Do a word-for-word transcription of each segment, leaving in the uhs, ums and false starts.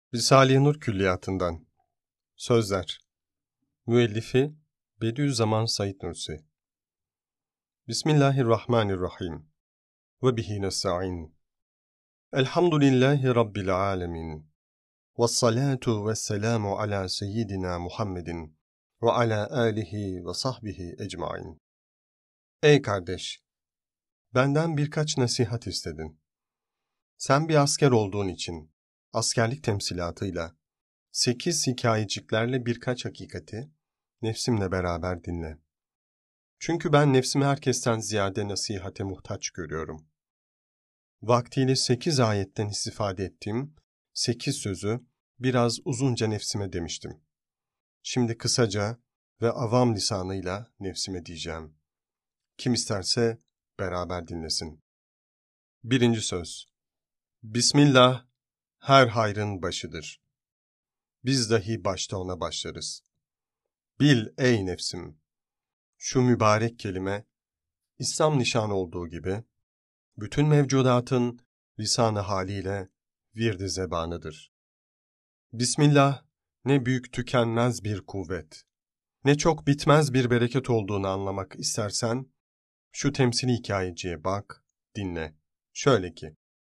Risale-i Nur Külliyatı'ndan Sözler. Müellifi Bediüzzaman Said Nursi. Bismillahirrahmanirrahim. Ve bihi nesta'in. Elhamdülillahi Rabbil alemin. Vessalatu vesselamu ala seyyidina Muhammedin ve ala alihi ve sahbihi ecmain. Ey kardeş! Benden birkaç nasihat istedin. Sen bir asker olduğun için askerlik temsilatıyla, sekiz hikayeciklerle birkaç hakikati nefsimle beraber dinle. Çünkü ben nefsimi herkesten ziyade nasihate muhtaç görüyorum. Vaktiyle sekiz ayetten istifade ettiğim sekiz sözü biraz uzunca nefsime demiştim. Şimdi kısaca ve avam lisanıyla nefsime diyeceğim. Kim isterse beraber dinlesin. Birinci söz. Bismillah her hayrın başıdır. Biz dahi başta ona başlarız. Bil ey nefsim, şu mübarek kelime, İslam nişanı olduğu gibi, bütün mevcudatın lisan-ı haliyle vird-i zebanıdır. Bismillah, ne büyük tükenmez bir kuvvet, ne çok bitmez bir bereket olduğunu anlamak istersen, şu temsili hikayeciye bak, dinle. Şöyle ki,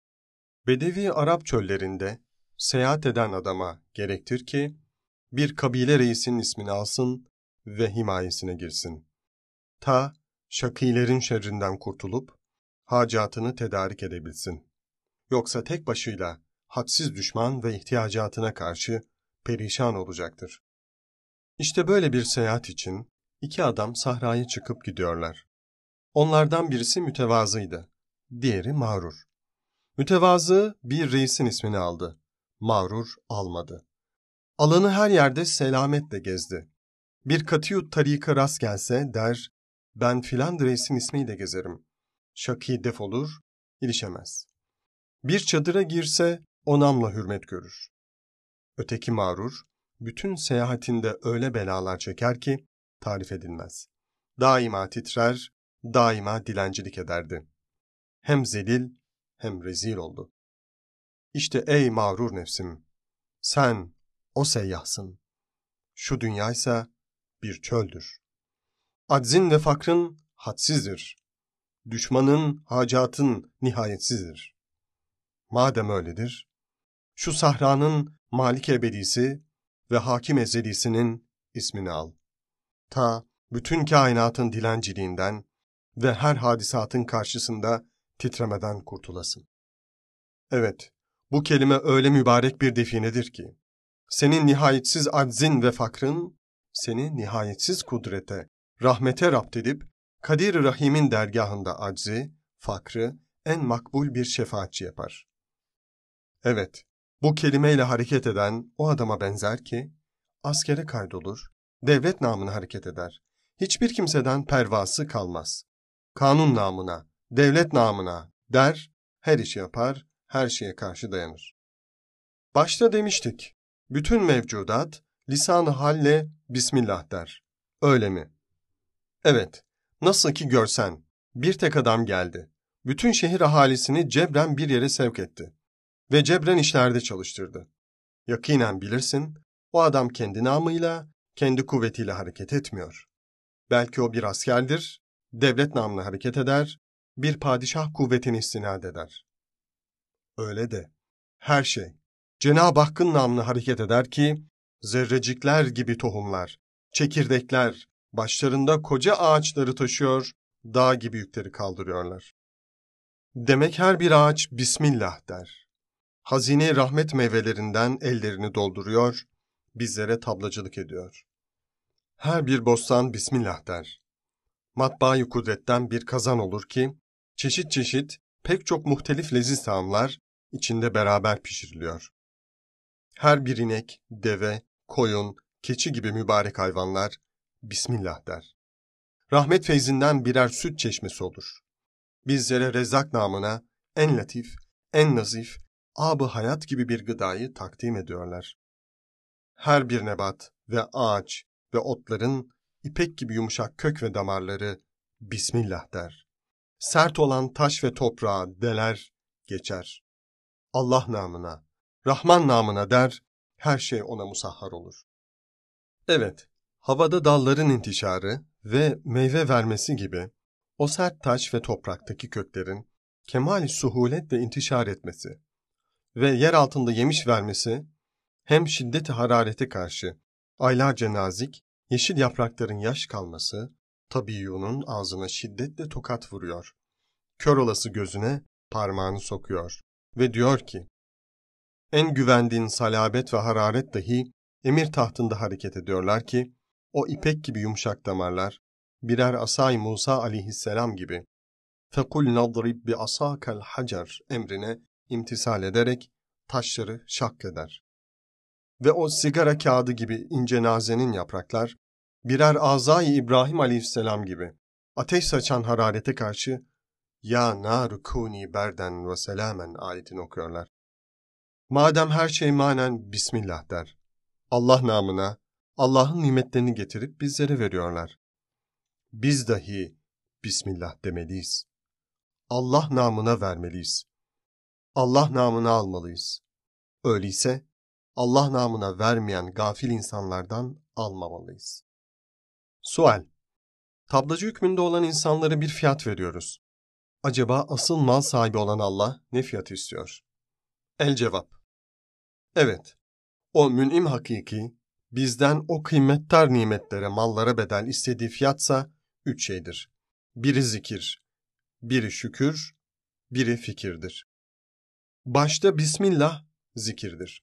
Bedevi Arap çöllerinde seyahat eden adama gerektir ki, bir kabile reisinin ismini alsın ve himayesine girsin. Ta şakilerin şerrinden kurtulup hacatını tedarik edebilsin. Yoksa tek başıyla hadsiz düşman ve ihtiyacatına karşı perişan olacaktır. İşte böyle bir seyahat için iki adam sahraya çıkıp gidiyorlar. Onlardan birisi mütevazıydı, diğeri mağrur. Mütevazı bir reisin ismini aldı, mağrur almadı. Alanı her yerde selametle gezdi. Bir katiyut tarika rast gelse der, ben filan reisin ismiyle gezerim. Şaki defolur, ilişemez. Bir çadıra girse onamla hürmet görür. Öteki mağrur, bütün seyahatinde öyle belalar çeker ki tarif edilmez. Daima titrer, daima dilencilik ederdi. Hem zelil hem rezil oldu. İşte ey mağrur nefsim, sen o seyyahsın. Şu dünyaysa bir çöldür. Aczin ve fakrın hadsizdir. Düşmanın, hacatın nihayetsizdir. Madem öyledir, şu sahranın malik ebedisi ve hakim ezelisinin ismini al. Ta bütün kainatın dilenciliğinden ve her hadisatın karşısında titremeden kurtulasın. Evet, bu kelime öyle mübarek bir definedir ki, senin nihayetsiz aczin ve fakrın, seni nihayetsiz kudrete, rahmete rapt edip, Kadir-i Rahim'in dergahında aczi, fakrı en makbul bir şefaatçi yapar. Evet, bu kelimeyle hareket eden o adama benzer ki, askere kaydolur, devlet namına hareket eder. Hiçbir kimseden pervası kalmaz. Kanun namına, devlet namına der, her işi yapar, her şeye karşı dayanır. Başta demiştik, bütün mevcudat lisan-ı halle Bismillah der. Öyle mi? Evet, nasıl ki görsen, bir tek adam geldi. Bütün şehir ahalisini cebren bir yere sevk etti. Ve cebren işlerde çalıştırdı. Yakinen bilirsin, o adam kendi namıyla, kendi kuvvetiyle hareket etmiyor. Belki o bir askerdir, devlet namına hareket eder, bir padişah kuvvetini istinad eder. Öyle de, her şey, Cenab-ı Hakk'ın namına hareket eder ki, zerrecikler gibi tohumlar, çekirdekler, başlarında koca ağaçları taşıyor, dağ gibi yükleri kaldırıyorlar. Demek her bir ağaç Bismillah der. Hazine rahmet meyvelerinden ellerini dolduruyor, bizlere tablacılık ediyor. Her bir bostan Bismillah der. Matbaa-i kudretten bir kazan olur ki, çeşit çeşit pek çok muhtelif leziz taamlar içinde beraber pişiriliyor. Her bir inek, deve, koyun, keçi gibi mübarek hayvanlar Bismillah der. Rahmet feyzinden birer süt çeşmesi olur. Bizlere Rezzak namına en latif, en nazif, ab-ı hayat gibi bir gıdayı takdim ediyorlar. Her bir nebat ve ağaç ve otların ipek gibi yumuşak kök ve damarları Bismillah der. Sert olan taş ve toprağı deler, geçer. Allah namına, Rahman namına der, her şey ona musahhar olur. Evet, havada dalların intişarı ve meyve vermesi gibi o sert taş ve topraktaki köklerin kemali suhuletle intişar etmesi ve yer altında yemiş vermesi hem şiddet-i hararete karşı aylarca nazik, yeşil yaprakların yaş kalması, tabiyyunun ağzına şiddetle tokat vuruyor. Kör olası gözüne parmağını sokuyor ve diyor ki, en güvendiğin salabet ve hararet dahi emir tahtında hareket ediyorlar ki, o ipek gibi yumuşak damarlar, birer asay Musa aleyhisselam gibi, فَقُلْ نَضْرِبْ بِعَصَاكَ الْحَجَرِ emrine imtisal ederek taşları şak eder. Ve o sigara kağıdı gibi ince nazenin yapraklar, birer azay İbrahim aleyhisselam gibi, ateş saçan hararete karşı, ya nar kuni berden ve selamen ayetini okuyorlar. Madem her şey manen Bismillah der. Allah namına, Allah'ın nimetlerini getirip bizlere veriyorlar. Biz dahi Bismillah demeliyiz. Allah namına vermeliyiz. Allah namına almalıyız. Öyleyse Allah namına vermeyen gafil insanlardan almamalıyız. Sual: Tablacı hükmünde olan insanlara bir fiyat veriyoruz. Acaba asıl mal sahibi olan Allah ne fiyat istiyor? El cevap: Evet, o mün'im hakiki, bizden o kıymetdar nimetlere, mallara bedel istediği fiyatsa üç şeydir. Biri zikir, biri şükür, biri fikirdir. Başta Bismillah zikirdir.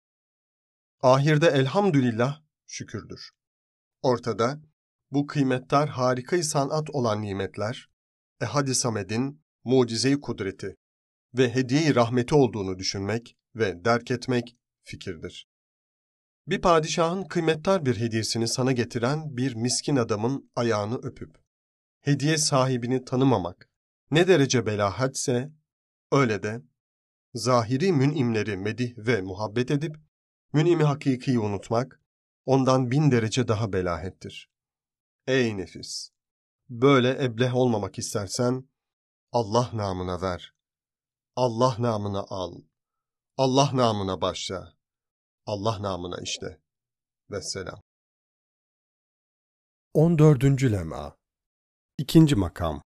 Ahirde elhamdülillah şükürdür. Ortada bu kıymetdar harika-i sanat olan nimetler, Ehad-i Samed'in mucize-i kudreti ve hediye-i rahmeti olduğunu düşünmek ve derk etmek fikirdir. Bir padişahın kıymetdar bir hediyesini sana getiren bir miskin adamın ayağını öpüp, hediye sahibini tanımamak ne derece belahatse, öyle de zahiri mün'imleri medih ve muhabbet edip, mün'imi hakikiyi unutmak, ondan bin derece daha belahettir. Ey nefis! Böyle ebleh olmamak istersen, Allah namına ver, Allah namına al, Allah namına başla, Allah namına işte. Vesselam. on dördüncü lem'a. İkinci makam.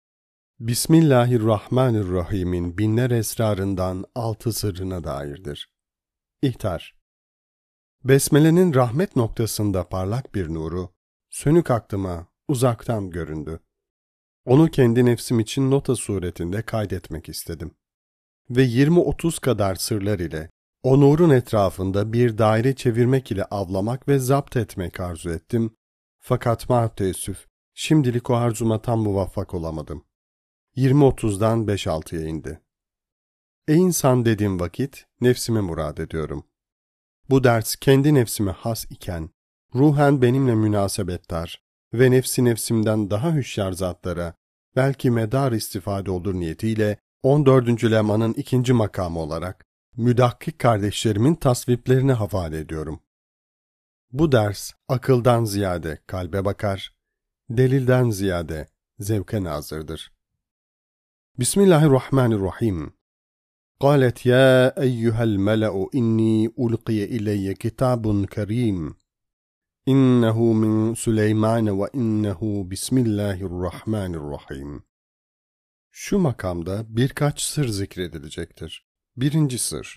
Bismillahirrahmanirrahim'in binler esrarından altı sırrına dairdir. İhtar. Besmele'nin rahmet noktasında parlak bir nuru, sönük aklıma uzaktan göründü. Onu kendi nefsim için nota suretinde kaydetmek istedim. Ve yirmi otuz kadar sırlar ile o nurun etrafında bir daire çevirmek ile avlamak ve zapt etmek arzu ettim. Fakat maalesef şimdilik o arzuma tam muvaffak olamadım. yirmi otuzdan beş altıya indi. Ey insan dediğim vakit nefsime murad ediyorum. Bu ders kendi nefsime has iken, ruhen benimle münasebettar ve nefsi nefsimden daha hüşyar zatlara belki medar istifade olur niyetiyle on dördüncü lem'anın ikinci makamı olarak müdakkik kardeşlerimin tasviplerine havale ediyorum. Bu ders akıldan ziyade kalbe bakar, delilden ziyade zevke nazırdır. Bismillahirrahmanirrahim. قالت يا أيها الملأ إني ألقي إلي كتاب كريم إنه من سليمان وإنه بسم الله الرحمن الرحيم. Şu makamda birkaç sır zikredilecektir. Birinci sır.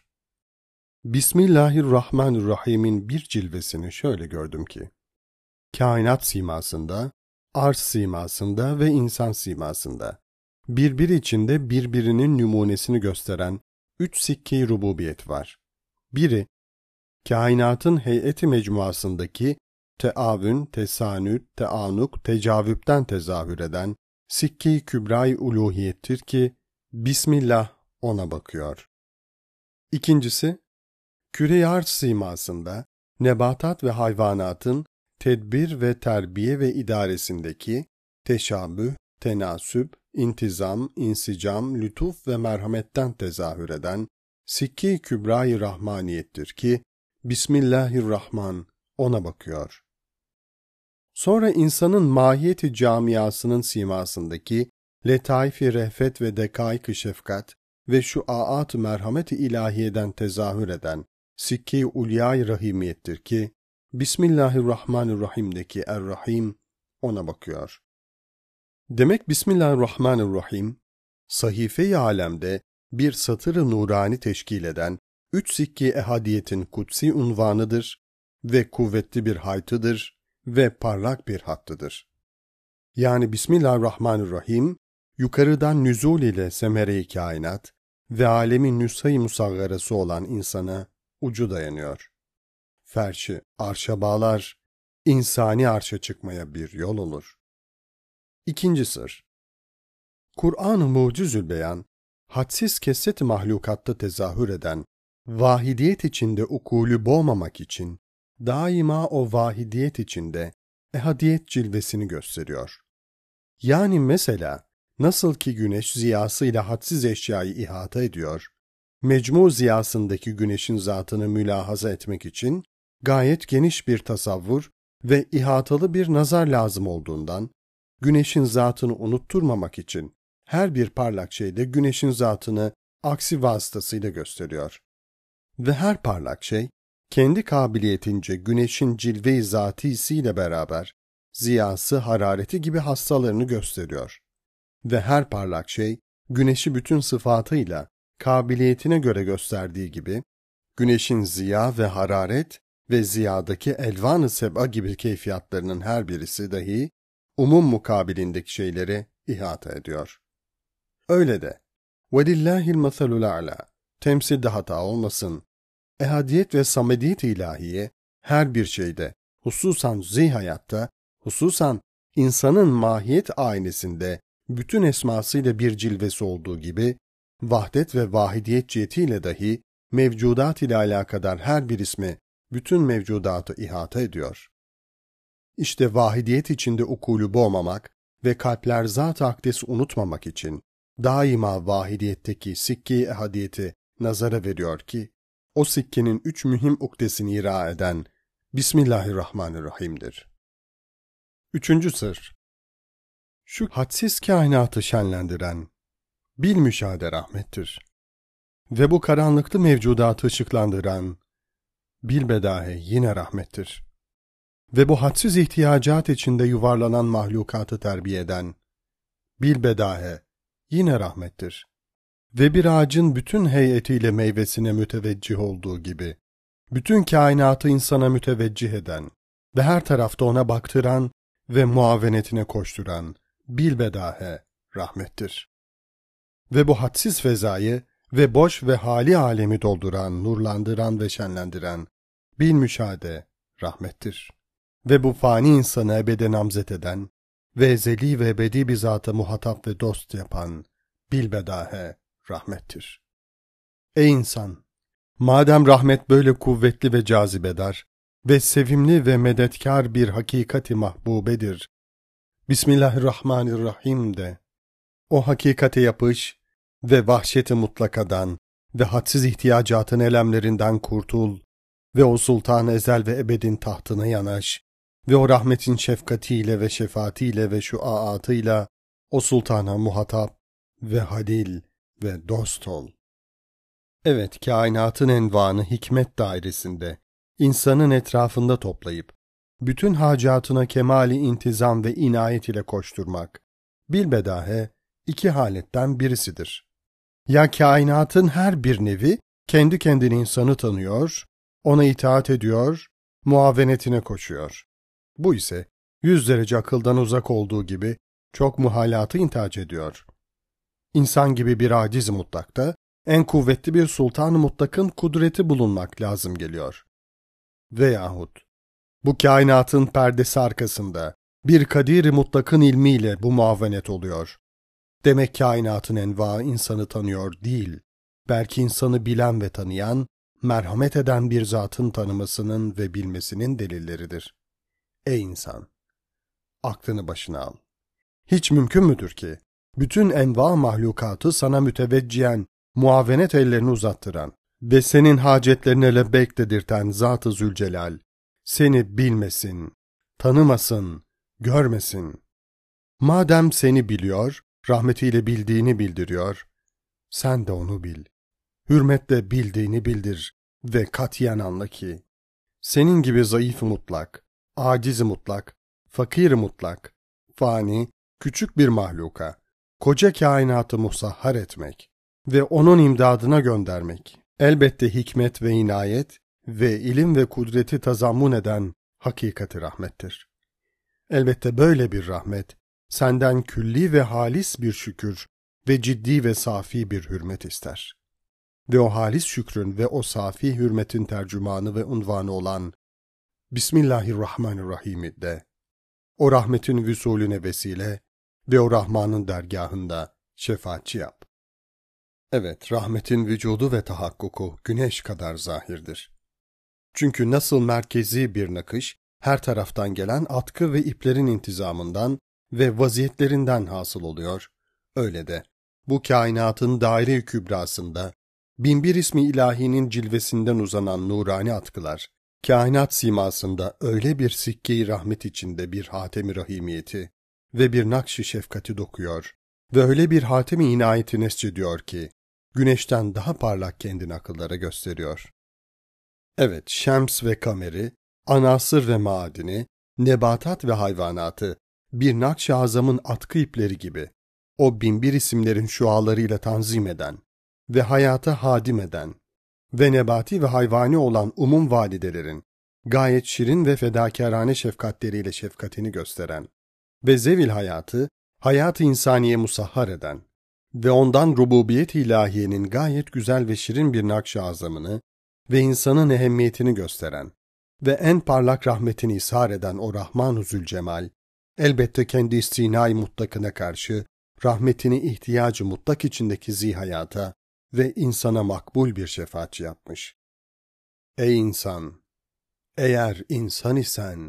Bismillahirrahmanirrahim'in bir cilvesini şöyle gördüm ki, kainat simasında, arz simasında ve insan simasında, birbiri içinde birbirinin numunesini gösteren üç sikke-i rububiyet var. Biri, kainatın heyeti mecmuasındaki teavün, tesanüt, teanuk, tecavüpten tezahür eden sikke-i kübra-i uluhiyettir ki, Bismillah ona bakıyor. İkincisi, küre-i arz simasında, nebatat ve hayvanatın tedbir ve terbiye ve idaresindeki teşabüh, tenasüp, intizam, insicam, lütuf ve merhametten tezahür eden Sikke-i Kübra-i Rahmaniyettir ki, Bismillahirrahman ona bakıyor. Sonra insanın mahiyeti camiasının simasındaki letaif-i rehfet ve dekaik-i şefkat ve şu aat-ı merhamet-i ilahiyeden tezahür eden Sikke-i Ulyâ-i Rahimiyettir ki, Bismillahirrahmanirrahim'deki Er-Rahim ona bakıyor. Demek Bismillahirrahmanirrahim, sahife-i alemde bir satır-ı nurani teşkil eden üç sikke-i ehadiyetin kutsi unvanıdır ve kuvvetli bir haytıdır ve parlak bir hattıdır. Yani Bismillahirrahmanirrahim, yukarıdan nüzul ile semere-i kainat ve alemin nüsha-i musaggarası olan insana ucu dayanıyor. Ferşi arşa bağlar, insani arşa çıkmaya bir yol olur. İkinci sır. Kur'an-ı Mucizül Beyan, hadsiz kesret-i mahlukatta tezahür eden, vahidiyet içinde ukulü boğmamak için, daima o vahidiyet içinde ehadiyet cilvesini gösteriyor. Yani mesela, nasıl ki güneş ziyasıyla hadsiz eşyayı ihata ediyor, mecmu ziyasındaki güneşin zatını mülahaza etmek için, gayet geniş bir tasavvur ve ihatalı bir nazar lazım olduğundan, güneşin zatını unutturmamak için her bir parlak şeyde güneşin zatını aksi vasıtasıyla gösteriyor. Ve her parlak şey, kendi kabiliyetince güneşin cilve-i zatisiyle beraber ziyası, harareti gibi hassalarını gösteriyor. Ve her parlak şey, güneşi bütün sıfatıyla, kabiliyetine göre gösterdiği gibi, güneşin ziya ve hararet ve ziyadaki elvan-ı seb'a gibi keyfiyatlarının her birisi dahi, umum mukabilindeki şeyleri ihata ediyor. Öyle de, وَلِلَّهِ الْمَثَلُ الْأَعْلَى, temsilde hata olmasın, ehadiyet ve samediyet ilahiye, her bir şeyde, hususan zihayatta, hususan insanın mahiyet aynesinde, bütün esmasıyla bir cilvesi olduğu gibi, vahdet ve vahidiyet cihetiyle dahi, mevcudat ile alakadar her bir ismi, bütün mevcudatı ihata ediyor. İşte vahidiyet içinde ukulü boğmamak ve kalpler zat-ı akdesi unutmamak için, daima vahidiyetteki sikke-i ehadiyeti nazara veriyor ki, o sikkenin üç mühim ukdesini ira eden Bismillahirrahmanirrahim'dir. Üçüncü sır. Şu hadsiz kainatı şenlendiren, bilmüşahede rahmettir. Ve bu karanlıklı mevcudatı ışıklandıran, bilbedahe yine rahmettir. Ve bu hadsiz ihtiyacat içinde yuvarlanan mahlukatı terbiye eden, bilbedahe yine rahmettir. Ve bir ağacın bütün heyetiyle meyvesine müteveccih olduğu gibi, bütün kainatı insana müteveccih eden ve her tarafta ona baktıran ve muavenetine koşturan bilbedahe rahmettir. Ve bu hadsiz fezayı ve boş ve hali alemi dolduran, nurlandıran ve şenlendiren bilmüşahede rahmettir. Ve bu fani insanı ebede namzet eden ve ezeli ve ebedi bir zata muhatap ve dost yapan bilbedahe rahmettir. Ey insan! Madem rahmet böyle kuvvetli ve cazibedar ve sevimli ve medetkar bir hakikati mahbubedir, Bismillahirrahmanirrahim de, o hakikate yapış ve vahşeti mutlakadan ve hadsiz ihtiyacatın elemlerinden kurtul ve o sultan ezel ve ebedin tahtına yanaş ve o rahmetin şefkatiyle ve şefaatiyle ve şuaatıyla o sultana muhatap ve halil ve dost ol. Evet, kainatın envanı hikmet dairesinde, insanın etrafında toplayıp, bütün hacatına kemali intizam ve inayet ile koşturmak, bilbedahe iki haletten birisidir. Ya kainatın her bir nevi, kendi kendine insanı tanıyor, ona itaat ediyor, muavenetine koşuyor. Bu ise, yüz derece akıldan uzak olduğu gibi, çok muhalatı intihac ediyor. İnsan gibi bir aciz mutlakta, en kuvvetli bir sultan-ı mutlakın kudreti bulunmak lazım geliyor. Veyahut, bu kainatın perdesi arkasında, bir kadir-i mutlakın ilmiyle bu muavenet oluyor. Demek kainatın enva insanı tanıyor değil, belki insanı bilen ve tanıyan, merhamet eden bir zatın tanımasının ve bilmesinin delilleridir. Ey insan! Aklını başına al. Hiç mümkün müdür ki, bütün enva mahlukatı sana müteveccihen, muavenet ellerini uzattıran ve senin hacetlerine lebbeyk dedirten Zat-ı Zülcelal, seni bilmesin, tanımasın, görmesin. Madem seni biliyor, rahmetiyle bildiğini bildiriyor, sen de onu bil. Hürmetle bildiğini bildir ve katiyen anla ki, senin gibi zayıf mutlak, aciz mutlak, fakir mutlak, fani, küçük bir mahluka, koca kainatı musahhar etmek ve onun imdadına göndermek, elbette hikmet ve inayet ve ilim ve kudreti tazammun eden hakikati rahmettir. Elbette böyle bir rahmet, senden külli ve halis bir şükür ve ciddi ve safi bir hürmet ister. Ve o halis şükrün ve o safi hürmetin tercümanı ve unvanı olan Bismillahirrahmanirrahim'i de, o rahmetin vüsulüne vesile ve o Rahman'ın dergahında şefaatçi yap. Evet, rahmetin vücudu ve tahakkuku güneş kadar zahirdir. Çünkü nasıl merkezi bir nakış, her taraftan gelen atkı ve iplerin intizamından ve vaziyetlerinden hasıl oluyor, öyle de bu kainatın daire-i kübrasında, binbir ismi ilahinin cilvesinden uzanan nurani atkılar, kainat simasında öyle bir sikke-i rahmet içinde bir hatem-i rahimiyeti ve bir nakş-ı şefkati dokuyor ve öyle bir hatem-i inayeti nescediyor ki, güneşten daha parlak kendini akıllara gösteriyor. Evet, şems ve kameri, anasır ve maadini, nebatat ve hayvanatı, bir nakş-ı azamın atkı ipleri gibi, o binbir isimlerin şualarıyla tanzim eden ve hayata hadim eden ve nebati ve hayvani olan umum validelerin gayet şirin ve fedakârane şefkatleriyle şefkatini gösteren ve zevil hayatı, hayat-ı insaniye musahhar eden ve ondan rububiyet-i ilahiyenin gayet güzel ve şirin bir nakş-ı azamını ve insanın ehemmiyetini gösteren ve en parlak rahmetini ishar eden o Rahman-ı Zülcemal, elbette kendi istinai mutlakına karşı rahmetini ihtiyacı mutlak içindeki zihayata ve insana makbul bir şefaatçi yapmış. Ey insan! Eğer insan isen,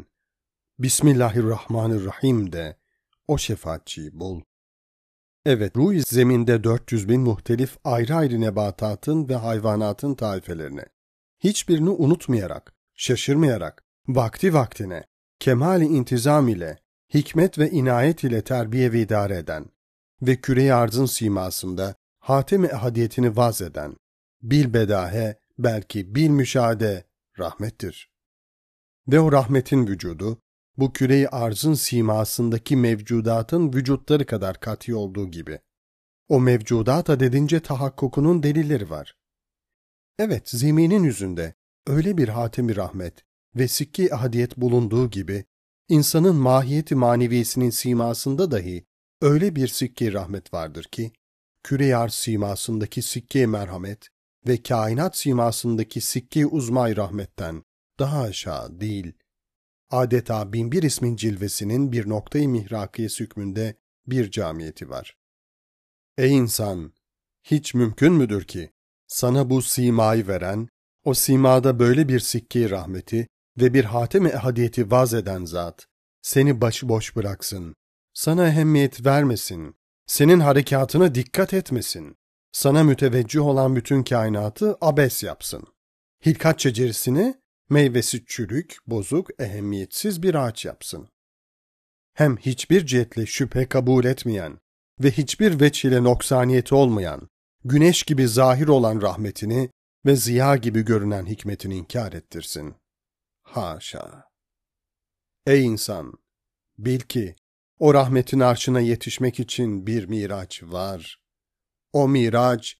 Bismillahirrahmanirrahim de o şefaatçiyi bul. Evet, ruh-i zeminde dört yüz bin muhtelif ayrı ayrı nebatatın ve hayvanatın taifelerini, hiçbirini unutmayarak, şaşırmayarak, vakti vaktine, kemal-i intizam ile, hikmet ve inayet ile terbiye ve idare eden ve küre-i arzın simasında hatem-i ehadiyetini vaz eden, bilbedahe, belki bil müşahede rahmettir. Ve o rahmetin vücudu, bu küre-i arzın simasındaki mevcudatın vücutları kadar kat'i olduğu gibi, o mevcudat adedince tahakkukunun delilleri var. Evet, zeminin yüzünde öyle bir hatem-i rahmet ve sikki ahadiyet bulunduğu gibi, insanın mahiyeti manevisinin simasında dahi öyle bir sikki rahmet vardır ki, küre-i arz simasındaki sikki merhamet ve kainat simasındaki sikki uzmay rahmetten daha aşağı değil. Adeta binbir ismin cilvesinin bir noktayı mihrakiye hükmünde bir camiyeti var. Ey insan! Hiç mümkün müdür ki, sana bu simayı veren, o simada böyle bir sikki rahmeti ve bir hatem-i ehadiyeti vaz eden zat, seni başıboş bıraksın, sana ehemmiyet vermesin, senin harekatına dikkat etmesin, sana müteveccih olan bütün kainatı abes yapsın. Hilkat şeceresini meyvesi çürük, bozuk, ehemmiyetsiz bir ağaç yapsın. Hem hiçbir cihetle şüphe kabul etmeyen ve hiçbir veç ile noksaniyeti olmayan, güneş gibi zahir olan rahmetini ve ziya gibi görünen hikmetini inkar ettirsin. Haşa! Ey insan! Bil ki, o rahmetin arşına yetişmek için bir miraç var. O miraç,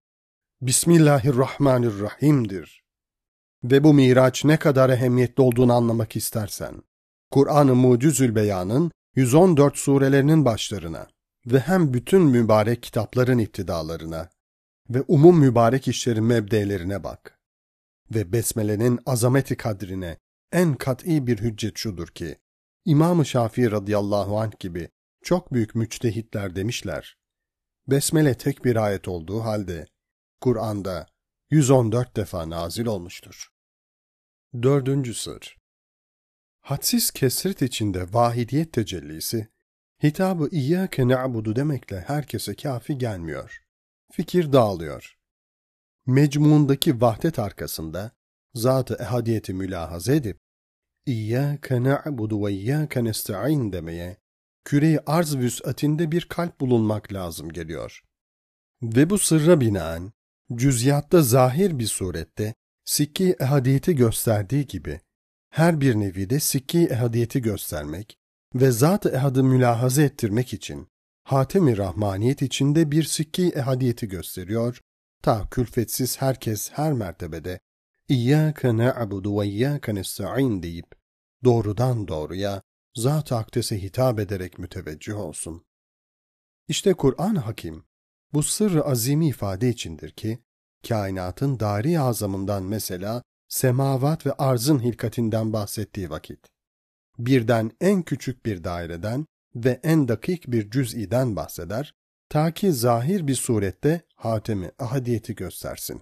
Bismillahirrahmanirrahim'dir. Ve bu miraç ne kadar ehemmiyetli olduğunu anlamak istersen, Kur'an-ı Mucizül Beyan'ın yüz on dört surelerinin başlarına ve hem bütün mübarek kitapların iptidalarına ve umum mübarek işlerin mebdelerine bak. Ve Besmele'nin azameti kadrine en kat'i bir hüccet şudur ki, İmam-ı Şafii radıyallahu anh gibi çok büyük müçtehitler demişler, Besmele tek bir ayet olduğu halde, Kur'an'da yüz on dört defa nazil olmuştur. Dördüncü sır. Hadsiz kesret içinde vahidiyet tecellisi, hitabı İyyâke na'budu demekle herkese kafi gelmiyor. Fikir dağılıyor. Mecmuundaki vahdet arkasında, zat-ı ehadiyeti mülahaza edip, İyyâke na'budu ve iyyâke nesta'in demeye, küre-i arz vüs'atinde bir kalp bulunmak lazım geliyor. Ve bu sırra binaen, cüz'iyatta zahir bir surette, sikki ehadiyeti gösterdiği gibi, her bir nevide sikki ehadiyeti göstermek ve zat-ı ehadı mülahaza ettirmek için, Hatem-i Rahmaniyet içinde bir sikki ehadiyeti gösteriyor, ta külfetsiz herkes her mertebede İyyâke na'budu ve iyyâke nesta'in deyip, doğrudan doğruya Zat-ı Akdes'e hitap ederek müteveccih olsun. İşte Kur'an-ı Hakim, bu sırrı azimi ifade içindir ki, kainatın dari azamından mesela semavat ve arzın hilkatinden bahsettiği vakit, birden en küçük bir daireden ve en dakik bir cüz'iden bahseder, ta ki zahir bir surette hatemi ahadiyeti göstersin.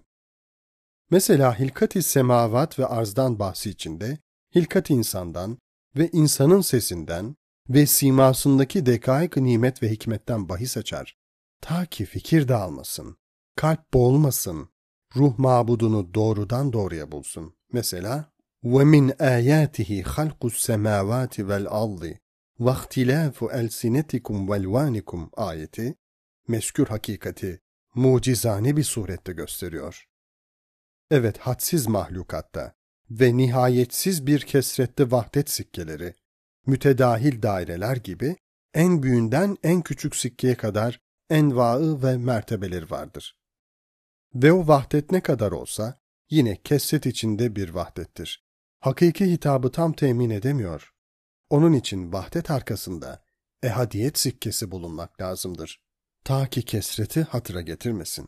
Mesela hilkat-i semavat ve arzdan bahsi içinde, hilkat insandan ve insanın sesinden ve simasındaki dekaik nimet ve hikmetten bahis açar, ta ki fikir dağılmasın, kalp boğulmasın, ruh mabudunu doğrudan doğruya bulsun. Mesela, وَمِنْ آيَاتِهِ خَلْقُ السَّمَاوَاتِ وَالْأَرْضِ وَاخْتِلَافُ أَلْسِنَتِكُمْ وَالْوَانِكُمْ ayeti, mezkür hakikati mucizane bir surette gösteriyor. Evet, hadsiz mahlukatta ve nihayetsiz bir kesrette vahdet sikkeleri, mütedahil daireler gibi en büyüğünden en küçük sikkeye kadar envaı ve mertebeleri vardır. Ve o vahdet ne kadar olsa yine kesret içinde bir vahdettir. Hakiki hitabı tam temin edemiyor. Onun için vahdet arkasında ehadiyet sikkesi bulunmak lazımdır. Ta ki kesreti hatıra getirmesin.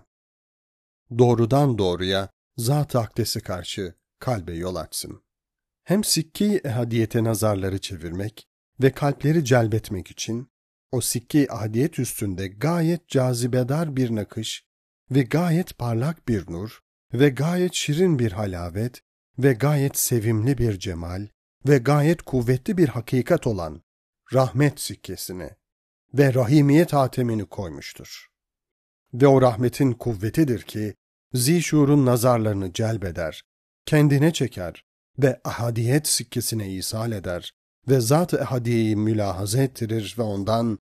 Doğrudan doğruya Zat-ı Akdes'e karşı kalbe yol açsın. Hem sikki ehadiyete nazarları çevirmek ve kalpleri celbetmek için o sikki ahadiyet üstünde gayet cazibedar bir nakış ve gayet parlak bir nur ve gayet şirin bir halavet ve gayet sevimli bir cemal ve gayet kuvvetli bir hakikat olan rahmet sikkesini ve rahimiyet hatemini koymuştur. Ve o rahmetin kuvvetidir ki zişurun nazarlarını celbeder, kendine çeker ve ahadiyet sikkesine ishal eder ve zat-ı ehadiyeyi mülahaza ettirir ve ondan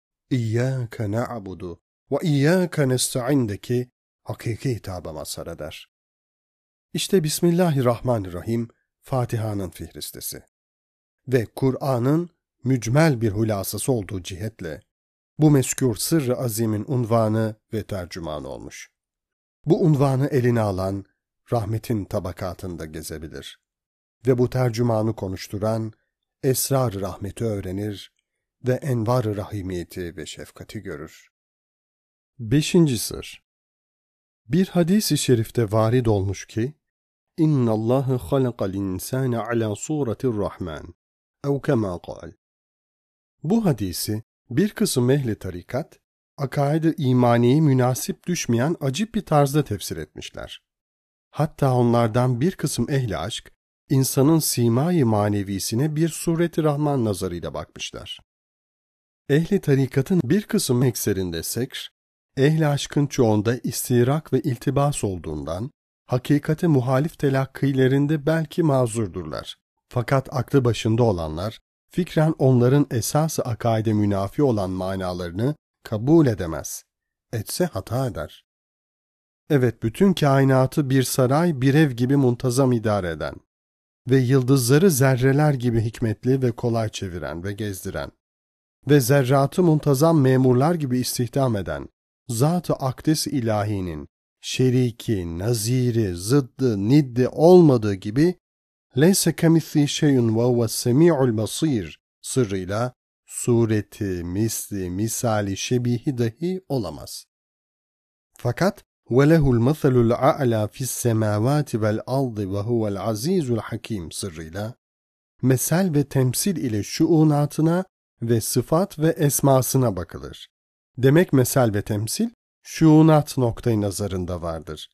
İyyâke na'budu ve iyyâke nesta'indeki hakiki hitaba mazhar eder. İşte Bismillahirrahmanirrahim Fatiha'nın fihristesi ve Kur'an'ın mücmel bir hulasası olduğu cihetle bu mezkür sırrı azimin unvanı ve tercümanı olmuş. Bu unvanı eline alan rahmetin tabakatında gezebilir ve bu tercümanı konuşturan esrar-ı rahmeti öğrenir ve envar-ı rahimiyeti ve şefkati görür. Beşinci sır. Bir hadis-i şerifte varid olmuş ki, İnna Allaha halaqal insane ala suretir Rahman ev kema kal. Bu hadisi bir kısım ehli tarikat, akaid-i imaniye münasip düşmeyen acip bir tarzda tefsir etmişler. Hatta onlardan bir kısım ehli aşk, insanın simâ-i manevisine bir sureti Rahman nazarıyla bakmışlar. Ehli tarikatın bir kısım ekserinde sekr, ehli aşkın çoğunda istirak ve iltibas olduğundan, hakikate muhalif telakkilerinde belki mazurdurlar. Fakat aklı başında olanlar, fikren onların esas-ı akaide münafi olan manalarını kabul edemez. Etse hata eder. Evet, bütün kainatı bir saray, bir ev gibi muntazam idare eden ve yıldızları zerreler gibi hikmetli ve kolay çeviren ve gezdiren ve zerratı muntazam memurlar gibi istihdam eden Zat-ı Akdes ilahinin şeriki, naziri, zıddı, niddi olmadığı gibi leyse kemisli şeyun ve huves semi'ul basir sırrıyla sureti, misli, misali, şebihi dahi olamaz. Fakat وَلَهُ الْمَثَلُ الْعَعْلَى فِي السَّمَاوَاتِ وَالْأَرْضِ وَهُوَ الْعَز۪يزُ الْحَك۪يمُ sırrıyla mesel ve temsil ile şuunatına ve sıfat ve esmasına bakılır. Demek mesel ve temsil şuunat noktayı nazarında vardır.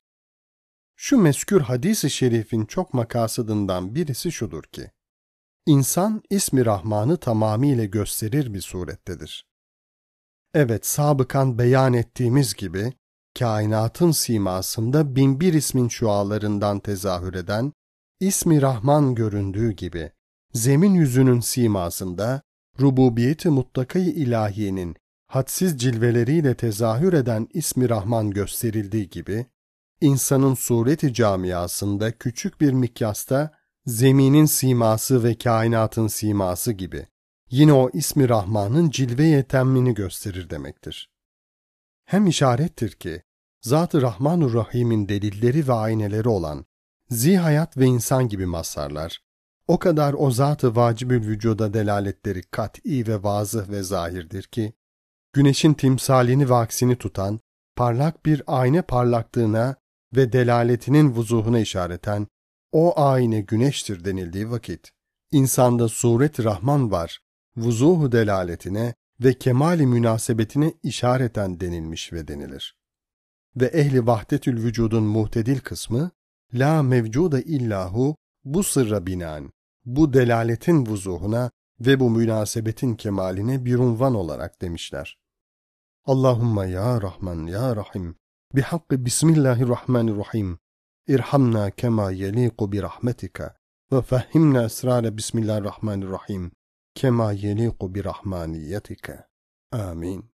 Şu mezkür hadis-i şerifin çok makasıdından birisi şudur ki, İnsan ismi Rahman'ı tamamıyla gösterir bir surettedir. Evet, sabıkan beyan ettiğimiz gibi, kainatın simasında binbir ismin şualarından tezahür eden, ismi Rahman göründüğü gibi, zemin yüzünün simasında, rububiyeti mutlaka-i ilahiyenin hadsiz cilveleriyle tezahür eden ismi Rahman gösterildiği gibi, insanın sureti camiasında küçük bir mikyasta zeminin siması ve kainatın siması gibi yine o ismi Rahman'ın cilve-i temmini gösterir demektir. Hem işarettir ki Zat-ı Rahman-ı Rahim'in delilleri ve ayneleri olan zihayat ve insan gibi mazharlar, o kadar o Zat-ı Vacibül Vücuda delaletleri kat'i ve vazıh ve zahirdir ki, güneşin timsalini ve aksini tutan, parlak bir ayna parlaklığına ve delaletinin vuzuhuna işareten, o ayna güneştir denildiği vakit, insanda suret-i Rahman var, vuzuhu delaletine ve kemali münasebetine işareten denilmiş ve denilir. Ve ehli vahdetül vücudun muhtedil kısmı, la mevcuda illahu, bu sırra binaen, bu delaletin vuzuhuna ve bu münasebetin kemaline bir unvan olarak demişler. Allahümme ya Rahman ya Rahim, bihakkı Bismillahirrahmanirrahim, irhamna kema yeliku bi rahmetika ve fehhimna esrare Bismillahirrahmanirrahim, kema yeliku bi rahmaniyetika. Amin.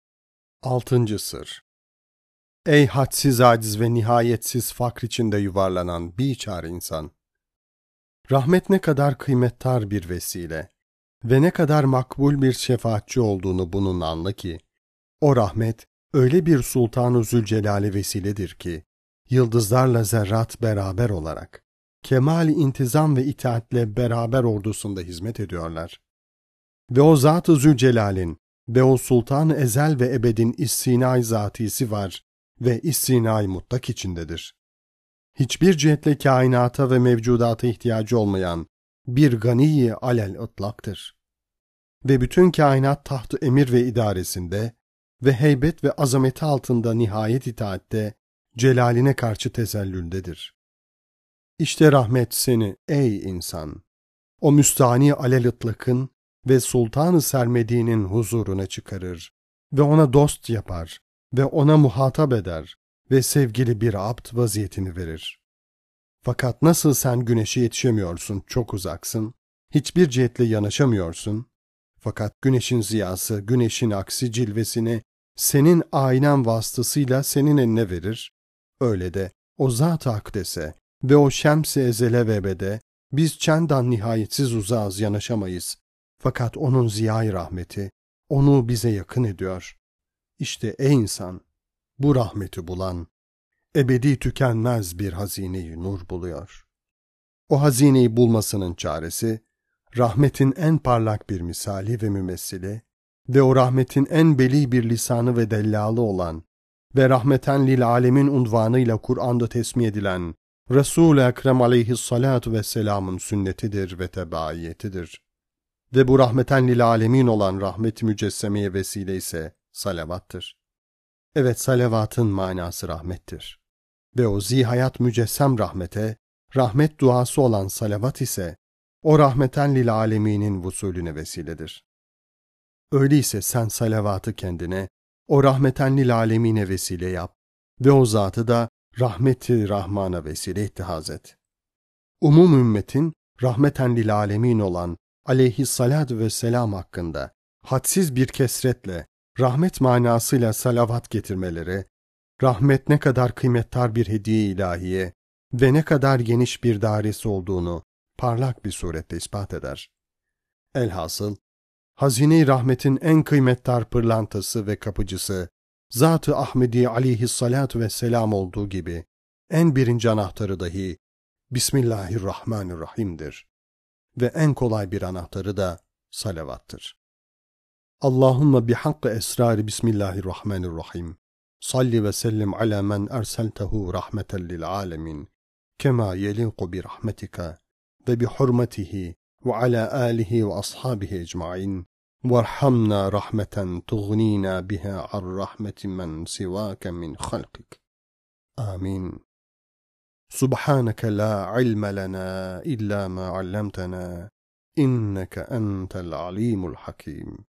Altıncı sır. Ey hadsiz aciz ve nihayetsiz fakr içinde yuvarlanan biçare insan! Rahmet ne kadar kıymettar bir vesile ve ne kadar makbul bir şefaatçi olduğunu bununla anla ki, o rahmet öyle bir Sultan-ı Zülcelal'e vesiledir ki, yıldızlarla zerrat beraber olarak, kemali intizam ve itaatle beraber ordusunda hizmet ediyorlar. Ve o Zat-ı Zülcelal'in ve o Sultan-ı Ezel ve Ebed'in istinay zatisi var ve istinay mutlak içindedir. Hiçbir cihetle kainata ve mevcudata ihtiyacı olmayan bir gani-i alel ıtlaktır. Ve bütün kainat taht-ı emir ve idaresinde ve heybet ve azameti altında nihayet itaatte, celaline karşı tezellüldedir. İşte rahmet seni ey insan, o müstani alel ıtlakın ve Sultan-ı Sermedi'nin huzuruna çıkarır ve ona dost yapar ve ona muhatap eder ve sevgili bir abd vaziyetini verir. Fakat nasıl sen güneşe yetişemiyorsun, çok uzaksın, hiçbir cihetle yanaşamıyorsun, fakat güneşin ziyası, güneşin aksi cilvesini senin aynen vasıtasıyla senin eline verir, öyle de o Zat-ı Akdes'e ve o Şems-i Ezele ve Ebed'e biz çendan nihayetsiz uzağız, yanaşamayız. Fakat onun ziya-i rahmeti onu bize yakın ediyor. İşte ey insan, bu rahmeti bulan, ebedi tükenmez bir hazine-i nur buluyor. O hazineyi bulmasının çaresi, rahmetin en parlak bir misali ve mümessili ve o rahmetin en beli bir lisanı ve dellalı olan ve rahmeten lil alemin unvanıyla Kur'an'da tesmih edilen Resul-i Ekrem aleyhissalatu vesselamın sünnetidir ve tebaiyetidir. Ve bu rahmeten lil alemin olan rahmet-i mücessemeye vesile ise salavattır. Evet, salavatın manası rahmettir. Ve o zihayat mücessem rahmete, rahmet duası olan salavat ise, o rahmeten lil aleminin vusulüne vesiledir. Öyleyse sen salavatı kendine, o rahmeten lil alemine vesile yap ve o zatı da rahmeti rahmana vesile ittihaz et. Umum ümmetin rahmeten lil alemin olan aleyhissalatu vesselam hakkında hadsiz bir kesretle rahmet manasıyla salavat getirmeleri, rahmet ne kadar kıymettar bir hediye ilahiye ve ne kadar geniş bir dairesi olduğunu parlak bir surette ispat eder. Elhasıl, hazine-i rahmetin en kıymettar pırlantası ve kapıcısı, Zat-ı Ahmedi aleyhissalatu vesselam olduğu gibi, en birinci anahtarı dahi Bismillahirrahmanirrahim'dir. Ve en kolay bir anahtarı da salavattır. Allahümme bihakkı esrari Bismillahirrahmanirrahim. Salli ve sellim ala men erseltehu rahmeten lil alemin. Kema yeliku bi rahmetika ve bi hurmetihi ve ala alihi ve ashabihi ecmain. Varhamna rahmeten tughnina biha ar rahmeti men sivake min halkik. Amin. Subhaneke la ilme lena illa ma allamtana. İnneke entel alimul hakim.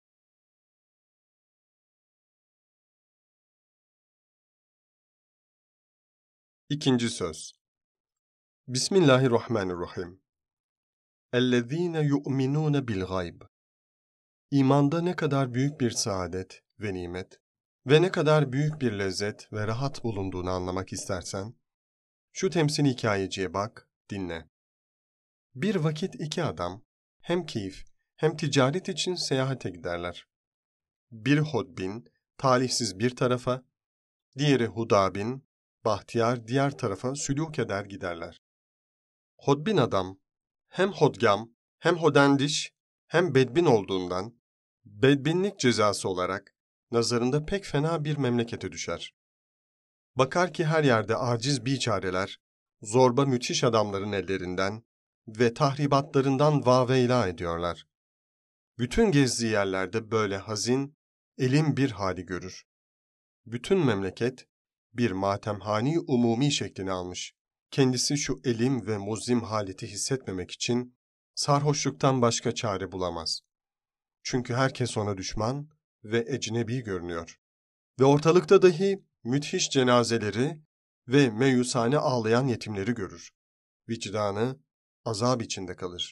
İkinci söz. Bismillahirrahmanirrahim. Ellezîne yu'minûne bil gayb. İmanda ne kadar büyük bir saadet ve nimet ve ne kadar büyük bir lezzet ve rahat bulunduğunu anlamak istersen, şu temsili hikayeciye bak, dinle. Bir vakit iki adam hem keyif hem ticaret için seyahate giderler. Bir hodbin talihsiz bir tarafa, diğeri hudabin, bahtiyar diğer tarafa sülûk eder giderler. Hodbin adam hem hodgam hem hodendiş hem bedbin olduğundan bedbinlik cezası olarak nazarında pek fena bir memlekete düşer. Bakar ki her yerde aciz biçareler, zorba müthiş adamların ellerinden ve tahribatlarından vaveyla ediyorlar. Bütün gezdiği yerlerde böyle hazin, elim bir hali görür. Bütün memleket bir matemhani umumi şeklini almış. Kendisi şu elim ve muzlim haleti hissetmemek için sarhoşluktan başka çare bulamaz. Çünkü herkes ona düşman ve ecnebi görünüyor. Ve ortalıkta dahi müthiş cenazeleri ve meyusane ağlayan yetimleri görür. Vicdanı azap içinde kalır.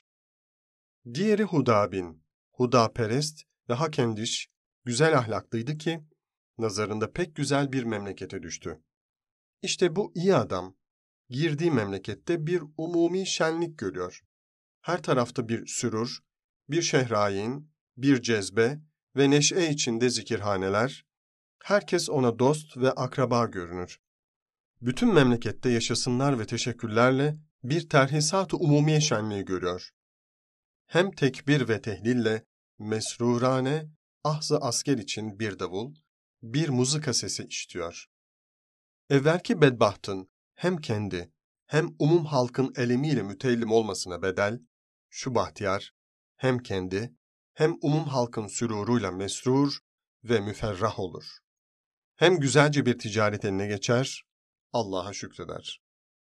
Diğeri Hudabin, hudaperest ve hakendiş, güzel ahlaklıydı ki, nazarında pek güzel bir memlekete düştü. İşte bu iyi adam, girdiği memlekette bir umumi şenlik görüyor. Her tarafta bir sürur, bir şehrayin, bir cezbe ve neşe içinde zikirhaneler, herkes ona dost ve akraba görünür. Bütün memlekette yaşasınlar ve teşekkürlerle bir terhisat-ı umumiye şenliği görüyor. Hem tekbir ve tehlille mesrurane, ahz-ı asker için bir davul, bir muzika sesi işitiyor. Evvelki bedbahtın hem kendi hem umum halkın elemiyle mütellim olmasına bedel, şu bahtiyar hem kendi hem umum halkın süruruyla mesrur ve müferrah olur. Hem güzelce bir ticaret eline geçer, Allah'a şükreder.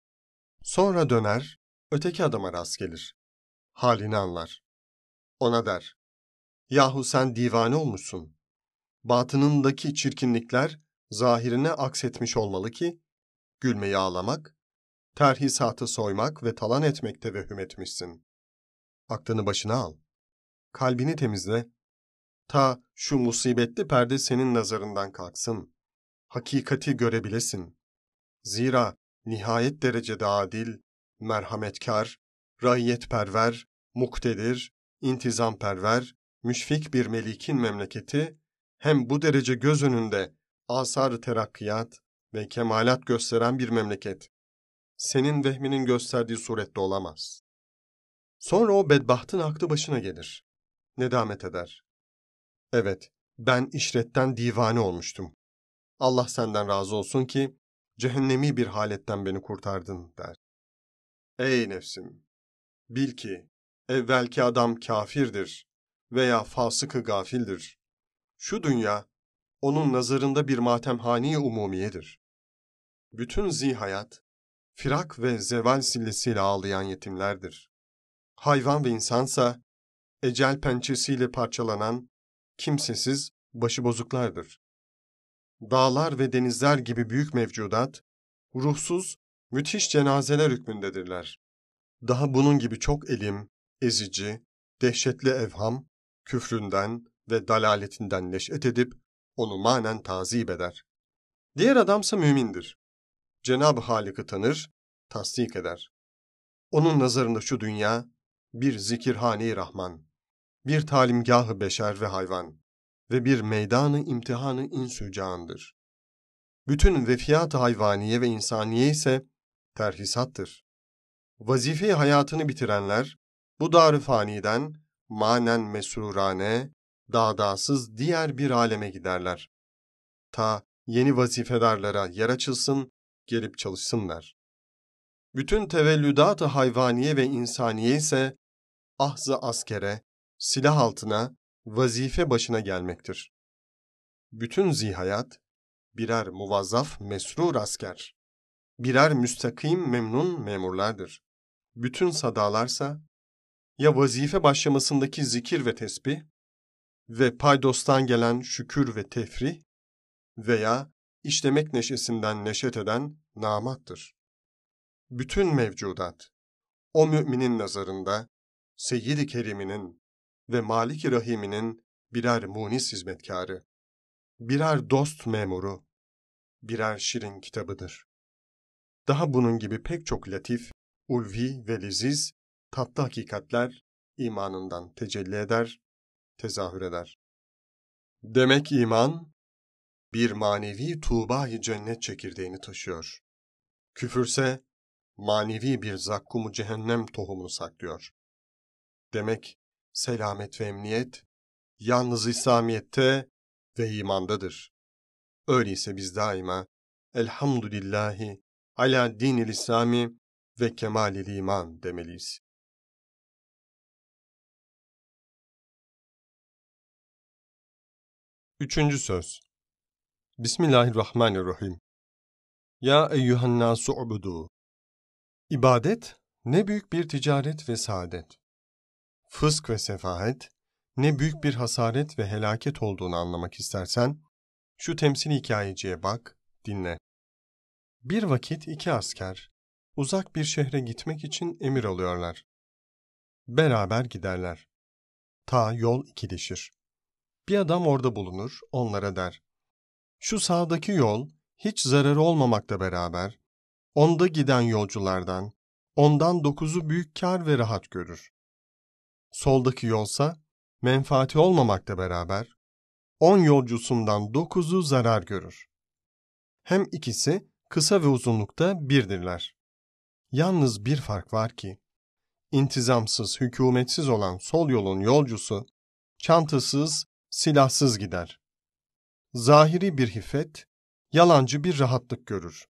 Sonra döner, öteki adama rast gelir. Halini anlar. Ona der, yahu sen divane olmuşsun. Batınındaki çirkinlikler zahirine aksetmiş olmalı ki, gülmeyi ağlamak, terhisatı soymak ve talan etmek tevehhüm etmişsin. Aklını başına al. Kalbini temizle. Ta şu musibetli perde senin nazarından kalksın. Hakikati görebilesin. Zira nihayet derecede adil, merhametkar, raiyetperver, muktedir, intizamperver, müşfik bir melikin memleketi, hem bu derece göz önünde asar-ı terakkiyat ve kemalat gösteren bir memleket, senin vehminin gösterdiği surette olamaz. Sonra o bedbahtın aklı başına gelir. Nedamet eder. Evet, ben işretten divane olmuştum. Allah senden razı olsun ki, cehennemi bir haletten beni kurtardın, der. Ey nefsim! Bil ki, evvelki adam kafirdir veya fasık-ı gafildir. Şu dünya, onun nazarında bir matemhani umumiyedir. Bütün zihayat, firak ve zeval sillesiyle ağlayan yetimlerdir. Hayvan ve insansa, ecel pençesiyle parçalanan, kimsesiz başıbozuklardır. Dağlar ve denizler gibi büyük mevcudat, ruhsuz, müthiş cenazeler hükmündedirler. Daha bunun gibi çok elim, ezici, dehşetli evham, küfründen ve dalaletinden neş'et edip, onu manen tazip eder. Diğer adamsa mümindir. Cenab-ı Halik'i tanır, tasdik eder. Onun nazarında şu dünya, bir zikirhane-i Rahman, bir talimgâh-ı beşer ve hayvan ve bir meydanı imtihanı insü candır. Bütün vefiyat-ı hayvaniye ve insaniye ise terhisattır. Vazife hayatını bitirenler, bu dar-ı faniden manen mesrurane, dağdağsız diğer bir aleme giderler. Ta yeni vazifedarlara yer açılsın, gelip çalışsınlar. Bütün tevellüdat-ı hayvaniye ve insaniye ise ahz-ı askere, silah altına, vazife başına gelmektir. Bütün zihayat, birer muvazzaf mesrur asker, birer müstakim memnun memurlardır. Bütün sadalarsa, ya vazife başlamasındaki zikir ve tesbih ve paydostan gelen şükür ve tefrih veya işlemek neşesinden neşet eden namattır. Bütün mevcudat, o müminin nazarında, Seyyid-i Kerim'inin ve Malik-i Rahim'inin birer munis hizmetkarı. birer dost memuru, birer şirin kitabıdır. Daha bunun gibi pek çok latif, ulvi ve leziz, tatlı hakikatler imanından tecelli eder, tezahür eder. Demek iman, bir manevi tuğba-i cennet çekirdeğini taşıyor. Küfürse, manevi bir zakkum-u cehennem tohumunu saklıyor. Demek selamet ve emniyet, yalnız İslamiyet'te ve imandadır. Öyleyse biz daima, elhamdülillahi ala dinil İslami ve kemalil iman demeliyiz. Üçüncü söz. Bismillahirrahmanirrahim. Ya eyyühennâsu ubudu. İbadet, ne büyük bir ticaret ve saadet. Fısk ve sefahet, ne büyük bir hasaret ve helaket olduğunu anlamak istersen, şu temsil hikayeciye bak, dinle. Bir vakit iki asker, uzak bir şehre gitmek için emir alıyorlar. Beraber giderler. Ta yol ikileşir. Bir adam orada bulunur, onlara der. Şu sağdaki yol, hiç zararı olmamakla beraber, onda giden yolculardan, ondan dokuzu büyük kâr ve rahat görür. Soldaki yolsa, menfaati olmamakla beraber, on yolcusundan dokuzu zarar görür. Hem ikisi kısa ve uzunlukta birdirler. Yalnız bir fark var ki, intizamsız, hükümetsiz olan sol yolun yolcusu, çantasız, silahsız gider. Zahiri bir hiffet, yalancı bir rahatlık görür.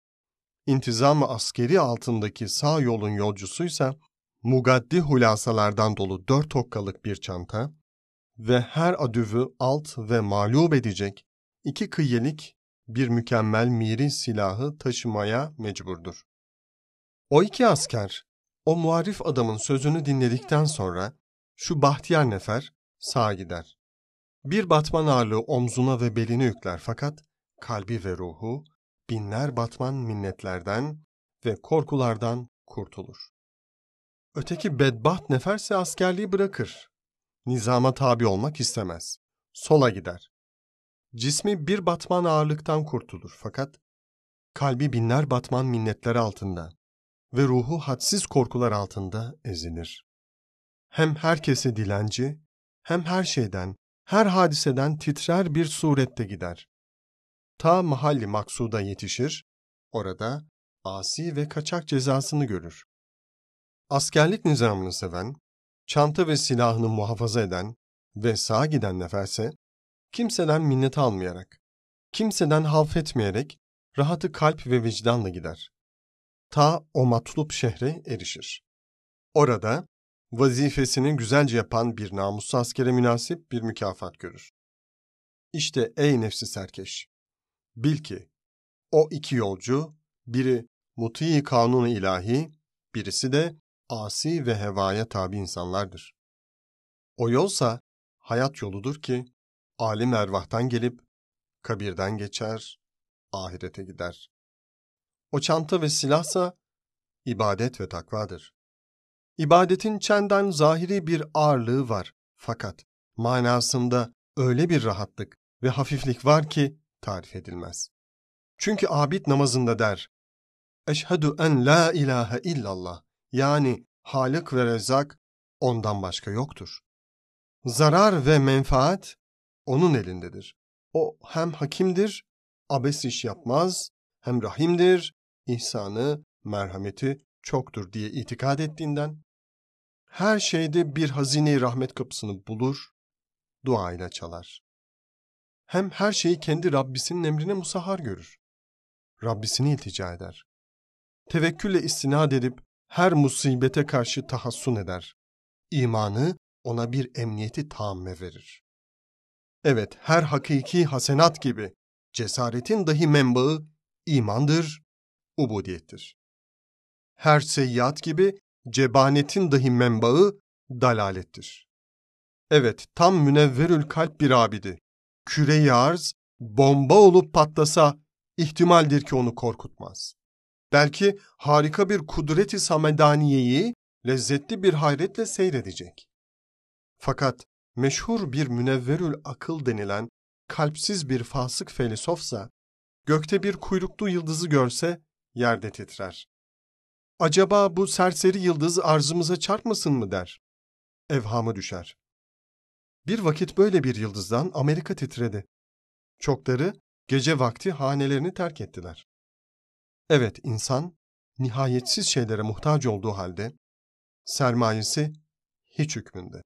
İntizam-ı askeri altındaki sağ yolun yolcusuysa, mugaddi hulasalardan dolu dört okkalık bir çanta ve her adüvü alt ve mağlup edecek iki kıyyelik bir mükemmel miri silahı taşımaya mecburdur. O iki asker, o muarif adamın sözünü dinledikten sonra, şu bahtiyar nefer sağa gider. Bir batman ağırlığı omzuna ve beline yükler fakat kalbi ve ruhu binler batman minnetlerden ve korkulardan kurtulur. Öteki bedbaht neferse askerliği bırakır. Nizama tabi olmak istemez. Sola gider. Cismi bir batman ağırlıktan kurtulur fakat kalbi binler batman minnetler altında ve ruhu hadsiz korkular altında ezilir. Hem herkese dilenci, hem her şeyden, her hadiseden titrer bir surette gider. Ta mahalli maksuda yetişir, orada asi ve kaçak cezasını görür. Askerlik nizamını seven, çanta ve silahını muhafaza eden ve sağa giden neferse, kimseden minnet almayarak, kimseden havfetmeyerek, rahatı kalp ve vicdanla gider. Ta o matlup şehre erişir. Orada, vazifesini güzelce yapan bir namuslu askere münasip bir mükafat görür. İşte ey nefsi serkeş! Bil ki, o iki yolcu, biri muti kanun-u ilahi, birisi de asi ve hevaya tabi insanlardır. O yolsa hayat yoludur ki, alim ervahtan gelip, kabirden geçer, ahirete gider. O çanta ve silahsa, ibadet ve takvadır. İbadetin çenden zahiri bir ağırlığı var, fakat manasında öyle bir rahatlık ve hafiflik var ki tarif edilmez. Çünkü abid namazında der, Eşhedü en la ilahe illallah, yani Halık ve Rezzak ondan başka yoktur. Zarar ve menfaat onun elindedir. O hem hakimdir, abes iş yapmaz, hem rahimdir, ihsanı, merhameti çoktur diye itikad ettiğinden, her şeyde bir hazine-i rahmet kapısını bulur, duayla çalar. Hem her şeyi kendi Rabbisinin emrine musahhar görür. Rabbisini iltica eder. Tevekkülle istinad edip her musibete karşı tahassun eder. İmanı ona bir emniyeti tamme verir. Evet, her hakiki hasenat gibi cesaretin dahi menbaı imandır, ubudiyettir. Her seyyiat gibi cebanetin dahi menbaı dalalettir. Evet, tam münevverül kalp bir abidi, küre-i arz bomba olup patlasa ihtimaldir ki onu korkutmaz. Belki harika bir kudret-i samedaniyeyi lezzetli bir hayretle seyredecek. Fakat meşhur bir münevverül akıl denilen kalpsiz bir fasık filozofsa, gökte bir kuyruklu yıldızı görse yerde titrer. Acaba bu serseri yıldız arzımıza çarpmasın mı der. Evhamı düşer. Bir vakit böyle bir yıldızdan Amerika titredi. Çokları gece vakti hanelerini terk ettiler. Evet, insan nihayetsiz şeylere muhtaç olduğu halde sermayesi hiç hükmünde.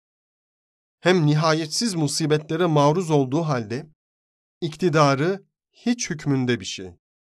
Hem nihayetsiz musibetlere maruz olduğu halde iktidarı hiç hükmünde bir şey.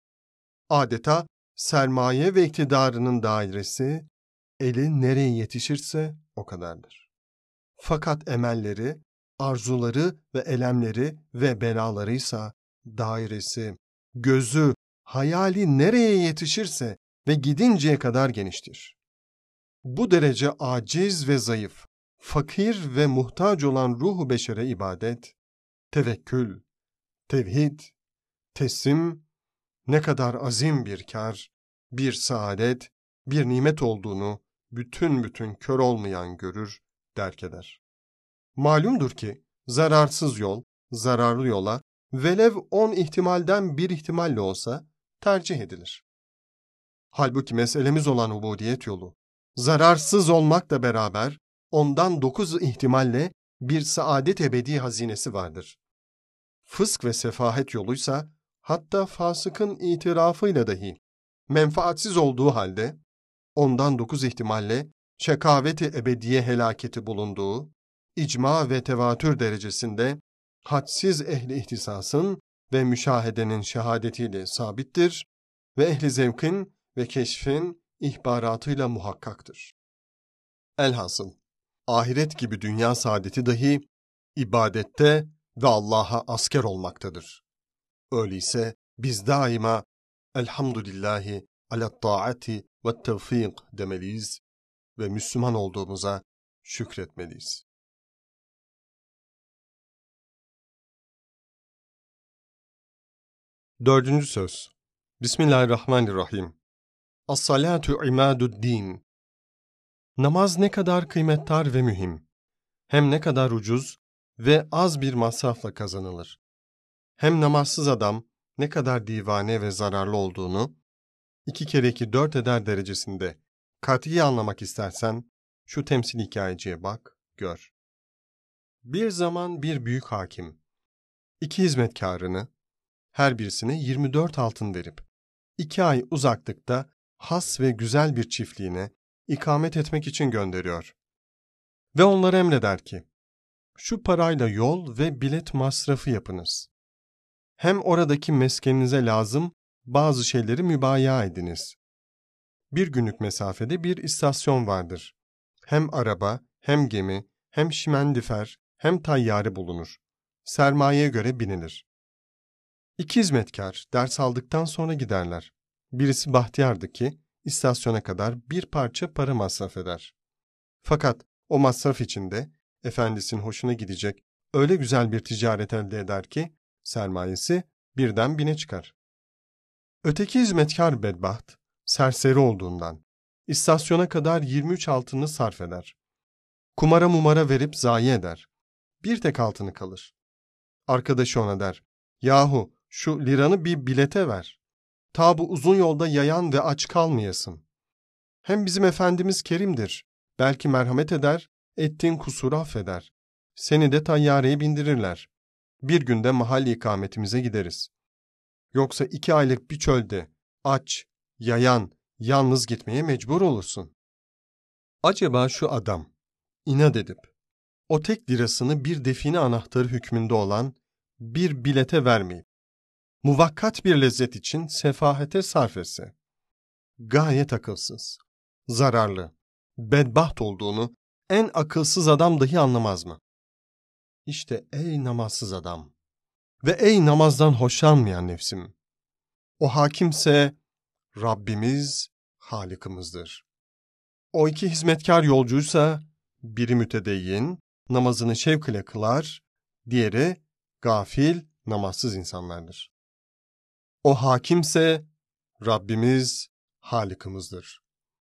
Adeta sermaye ve iktidarının dairesi eli nereye yetişirse o kadardır. Fakat emelleri, arzuları ve elemleri ve belalarıysa dairesi, gözü, hayali nereye yetişirse ve gidinceye kadar geniştir. Bu derece aciz ve zayıf, fakir ve muhtaç olan ruhu beşere ibadet, tevekkül, tevhid, teslim, ne kadar azim bir kar, bir saadet, bir nimet olduğunu bütün bütün kör olmayan görür, derk eder. Malumdur ki zararsız yol, zararlı yola velev on ihtimalden bir ihtimalle olsa tercih edilir. Halbuki meselemiz olan ubudiyet yolu, zararsız olmakla beraber ondan dokuz ihtimalle bir saadet ebedi hazinesi vardır. Fısk ve sefahet yoluysa hatta fasıkın itirafıyla dahi menfaatsiz olduğu halde ondan dokuz ihtimalle şekaveti ebediye helaketi bulunduğu, icma ve tevatür derecesinde hadsiz ehli ihtisasın ve müşahedenin şehadetiyle sabittir ve ehli zevkin ve keşfin ihbaratıyla muhakkaktır. Elhasıl, ahiret gibi dünya saadeti dahi ibadette ve Allah'a asker olmaktadır. Öyleyse biz daima elhamdülillahi ala taati ve tevfik demeliyiz ve Müslüman olduğumuza şükretmeliyiz. Dördüncü söz. Bismillahirrahmanirrahim. As-salatu imadu'd-din. Namaz ne kadar kıymetdar ve mühim. Hem ne kadar ucuz ve az bir masrafla kazanılır. Hem namazsız adam ne kadar divane ve zararlı olduğunu, iki kere iki dört eder derecesinde kat'i anlamak istersen, şu temsil hikayeciye bak, gör. Bir zaman bir büyük hakim, iki hizmetkarını, her birisine yirmi dört altın verip, iki ay uzaklıkta has ve güzel bir çiftliğine ikamet etmek için gönderiyor. Ve onlara emreder ki, şu parayla yol ve bilet masrafı yapınız. Hem oradaki meskeninize lazım bazı şeyleri mübaya ediniz. Bir günlük mesafede bir istasyon vardır. Hem araba, hem gemi, hem şimendifer, hem tayyare bulunur. Sermayeye göre binilir. İki hizmetkar ders aldıktan sonra giderler. Birisi bahtiyardı ki istasyona kadar bir parça para masraf eder. Fakat o masraf içinde efendisinin hoşuna gidecek öyle güzel bir ticaret elde eder ki sermayesi birden bine çıkar. Öteki hizmetkar bedbaht, serseri olduğundan istasyona kadar yirmi üç altını sarf eder. Kumara mumara verip zayi eder. Bir tek altını kalır. Arkadaşı ona der, yahu şu liranı bir bilete ver. Ta bu uzun yolda yayan ve aç kalmayasın. Hem bizim Efendimiz kerimdir. Belki merhamet eder, ettiğin kusuru affeder. Seni de tayyareye bindirirler. Bir günde mahalli ikametimize gideriz. Yoksa iki aylık bir çölde aç, yayan, yalnız gitmeye mecbur olursun. Acaba şu adam inat edip o tek lirasını bir define anahtarı hükmünde olan bir bilete vermeyip muvakkat bir lezzet için sefahete sarf etse, gayet akılsız, zararlı, bedbaht olduğunu en akılsız adam dahi anlamaz mı? İşte ey namazsız adam ve ey namazdan hoşlanmayan nefsim, o hakimse Rabbimiz, Halikimizdir. O iki hizmetkar yolcuysa biri mütedeyyin, namazını şevk ile kılar, diğeri gafil, namazsız insanlardır. O hakimse Rabbimiz, Halikimizdir.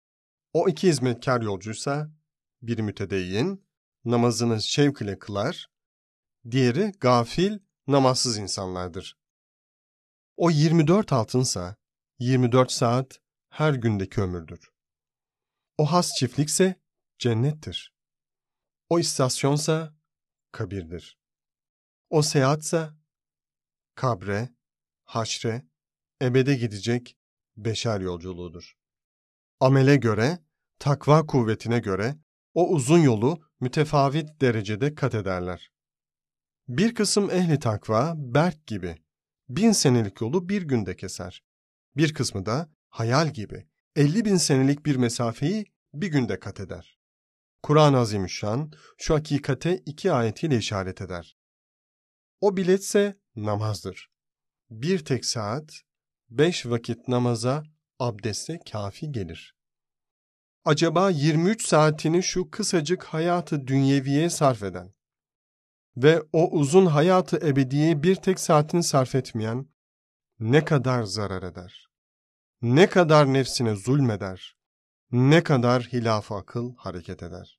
O iki hizmetkar yolcuysa biri mütedeyyin, namazını şevk ile kılar, diğeri gafil, namazsız insanlardır. O yirmi dört altınsa yirmi dört saat her gündeki ömürdür. O has çiftlikse cennettir. O istasyonsa kabirdir. O seyahatse kabre, haşre, ebede gidecek beşer yolculuğudur. Amele göre, takva kuvvetine göre o uzun yolu mütefavit derecede kat ederler. Bir kısım ehli takva Berk gibi bin senelik yolu bir günde keser. Bir kısmı da hayal gibi elli bin senelik bir mesafeyi bir günde kat eder. Kur'an-ı Azimüşşan şu hakikate iki ayetiyle işaret eder. O biletse namazdır. Bir tek saat, beş vakit namaza, abdeste kafi gelir. Acaba yirmi üç saatini şu kısacık hayatı dünyeviye sarf eden ve o uzun hayatı ebediye bir tek saatini sarf etmeyen ne kadar zarar eder? Ne kadar nefsine zulmeder? Ne kadar hilaf akıl hareket eder?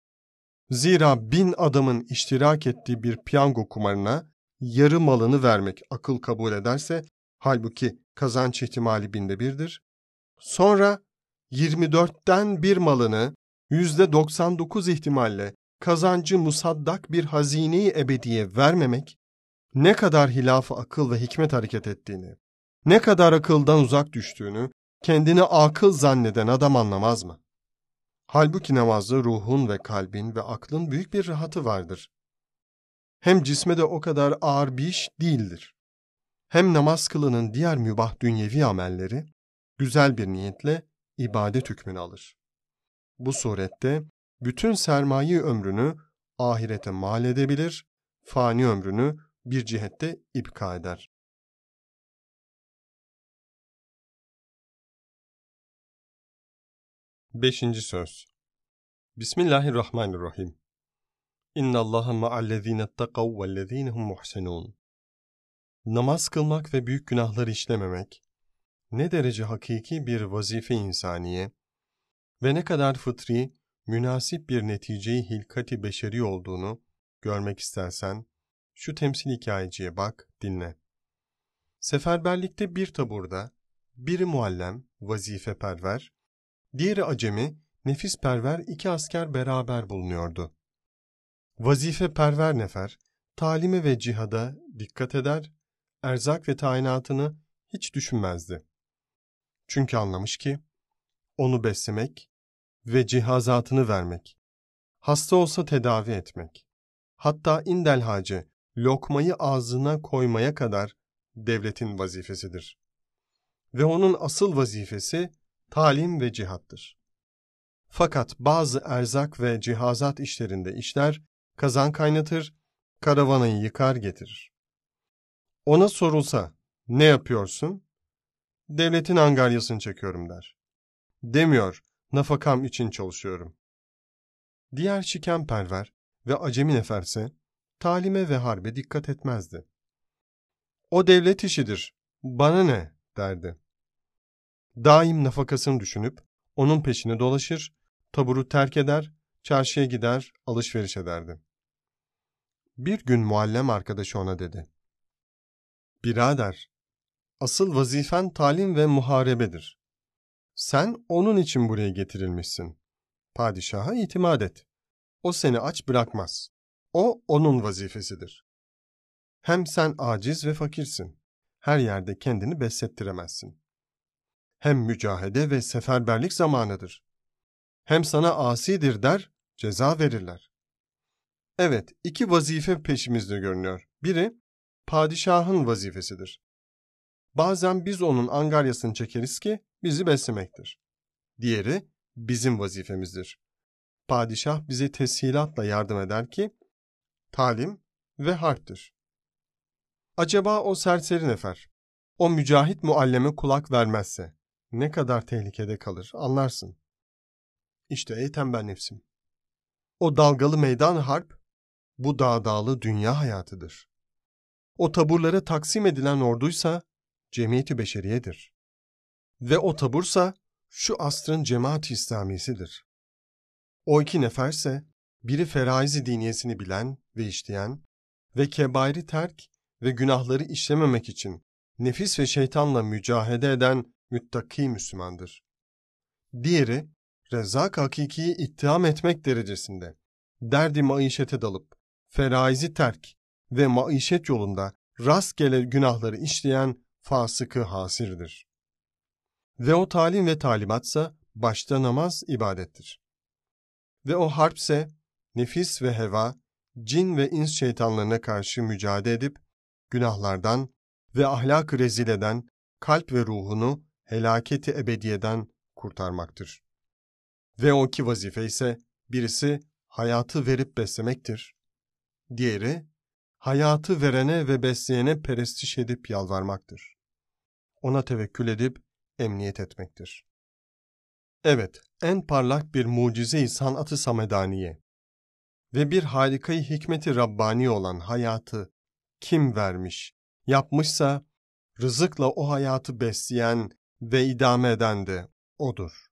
Zira bin adamın iştirak ettiği bir piyango kumarına yarı malını vermek akıl kabul ederse, halbuki kazanç ihtimali binde birdir. Sonra yirmi dörtten bir malını yüzde doksan dokuz ihtimalle kazancı musaddak bir hazine-i ebediye vermemek, ne kadar hilaf-ı akıl ve hikmet hareket ettiğini, ne kadar akıldan uzak düştüğünü kendini akıl zanneden adam anlamaz mı? Halbuki namazda ruhun ve kalbin ve aklın büyük bir rahatı vardır. Hem cisme de o kadar ağır bir iş değildir. Hem namaz kılının diğer mübah dünyevi amelleri, güzel bir niyetle ibadet hükmünü alır. Bu surette bütün sermaye ömrünü ahirete mal edebilir, fani ömrünü bir cihette ipka eder. Beşinci söz. Bismillahirrahmanirrahim. İnnallâhe ma'allezînettekav vellezînehum muhsenûn. Namaz kılmak ve büyük günahları işlememek, ne derece hakiki bir vazife insaniye ve ne kadar fıtri, münasip bir netice-i hilkati beşeri olduğunu görmek istersen, şu temsil hikayeciye bak, dinle. Seferberlikte bir taburda, biri muallem, vazifeperver, diğeri acemi, nefisperver iki asker beraber bulunuyordu. Vazifeperver nefer, talime ve cihada dikkat eder, erzak ve tayinatını hiç düşünmezdi. Çünkü anlamış ki, onu beslemek ve cihazatını vermek, hasta olsa tedavi etmek, hatta indelhacı lokmayı ağzına koymaya kadar devletin vazifesidir. Ve onun asıl vazifesi talim ve cihattır. Fakat bazı erzak ve cihazat işlerinde işler, kazan kaynatır, karavanayı yıkar getirir. Ona sorulsa, ne yapıyorsun? Devletin angaryasını çekiyorum der. Demiyor, nafakam için çalışıyorum. Diğer şikenperver ve acemi neferse, talime ve harbe dikkat etmezdi. O devlet işidir, bana ne derdi. Daim nafakasını düşünüp, onun peşine dolaşır, taburu terk eder, çarşıya gider, alışveriş ederdi. Bir gün muallem arkadaşı ona dedi. Birader, asıl vazifen talim ve muharebedir. Sen onun için buraya getirilmişsin. Padişaha itimat et. O seni aç bırakmaz. O onun vazifesidir. Hem sen aciz ve fakirsin. Her yerde kendini beslettiremezsin. Hem mücahede ve seferberlik zamanıdır. Hem sana asidir der, ceza verirler. Evet, iki vazife peşimizde görünüyor. Biri, padişahın vazifesidir. Bazen biz onun angaryasını çekeriz ki bizi beslemektir. Diğeri, bizim vazifemizdir. Padişah bize teshilatla yardım eder ki, talim ve harptir. Acaba o serseri nefer, o mücahit mualleme kulak vermezse, ne kadar tehlikede kalır anlarsın. İşte ey tembel nefsim. O dalgalı meydan harp, bu dağdağlı dünya hayatıdır. O taburlara taksim edilen orduysa, cemiyeti beşeriyedir. Ve o tabursa, şu asrın cemaat-i İslamisidir. O iki neferse, biri feraiz-i diniyesini bilen ve işleyen ve kebairi terk ve günahları işlememek için nefis ve şeytanla mücahede eden müttaki Müslümandır. Diğeri, Rezzak Hakiki'yi ittiham etmek derecesinde derdi maişete dalıp feraizi terk ve maişet yolunda rastgele günahları işleyen fasıkı hasirdir. Ve o talim ve talimatsa başta namaz ibadettir. Ve o harpse nefis ve heva, cin ve ins şeytanlarına karşı mücadele edip günahlardan ve ahlak-ı rezil eden kalp ve ruhunu helaketi ebediyeden kurtarmaktır. Ve o iki vazife ise birisi hayatı verip beslemektir. Diğeri hayatı verene ve besleyene perestiş edip yalvarmaktır. Ona tevekkül edip emniyet etmektir. Evet, en parlak bir mucize-i sanat-ı samedaniye ve bir harikayı hikmeti Rabbani olan hayatı kim vermiş, yapmışsa rızıkla o hayatı besleyen ve idame eden de O'dur.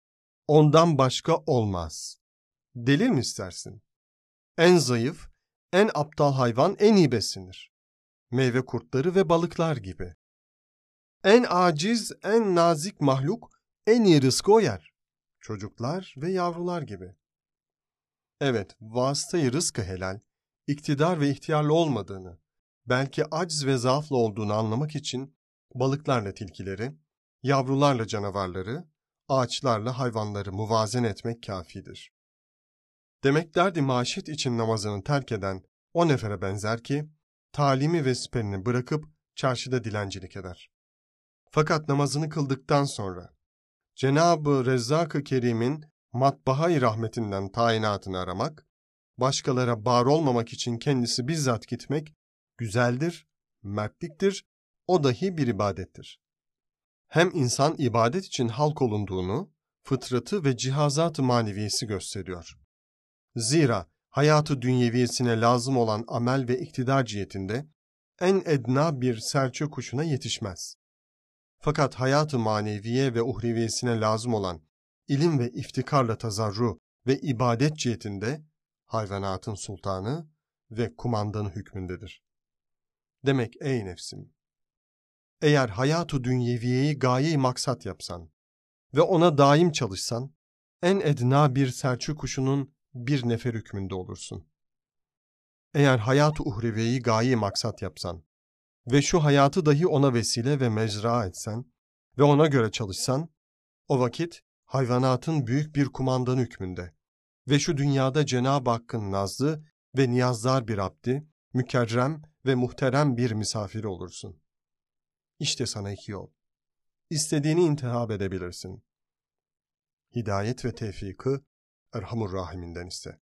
Ondan başka olmaz. Delil mi istersin? En zayıf, en aptal hayvan en iyi beslenir. Meyve kurtları ve balıklar gibi. En aciz, en nazik mahluk en iyi rızkı o yer. Çocuklar ve yavrular gibi. Evet, vasıtayı rızkı helal, iktidar ve ihtiyarlı olmadığını, belki aciz ve zaaflı olduğunu anlamak için balıklarla tilkileri, yavrularla canavarları, ağaçlarla hayvanları muvazen etmek kafidir. Demek derdi maişet için namazını terk eden o nefere benzer ki, talimi ve siperini bırakıp çarşıda dilencilik eder. Fakat namazını kıldıktan sonra, Cenab-ı Rezzak-ı Kerim'in matbaha-i rahmetinden tayinatını aramak, başkalara bar olmamak için kendisi bizzat gitmek, güzeldir, mertliktir, o dahi bir ibadettir. Hem insan ibadet için halk olunduğunu, fıtratı ve cihazat-ı maneviyesi gösteriyor. Zira hayatı dünyeviyesine lazım olan amel ve iktidar cihetinde en edna bir serçe kuşuna yetişmez. Fakat hayatı maneviye ve uhreviyesine lazım olan ilim ve iftikarla tazarru ve ibadet cihetinde hayvanatın sultanı ve kumandanı hükmündedir. Demek ey nefsim, eğer hayat-ı dünyeviyeyi gaye-i maksat yapsan ve ona daim çalışsan, en edna bir serçe kuşunun bir nefer hükmünde olursun. Eğer hayat-ı uhreviyeyi gaye-i maksat yapsan ve şu hayatı dahi ona vesile ve mecra etsen ve ona göre çalışsan, o vakit hayvanatın büyük bir kumandanı hükmünde ve şu dünyada Cenab-ı Hakk'ın nazlı ve niyazdar bir abdi, mükerrem ve muhterem bir misafiri olursun. İşte sana iki yol. İstediğini intihab edebilirsin. Hidayet ve tevfikı Erhamur Rahim'inden iste.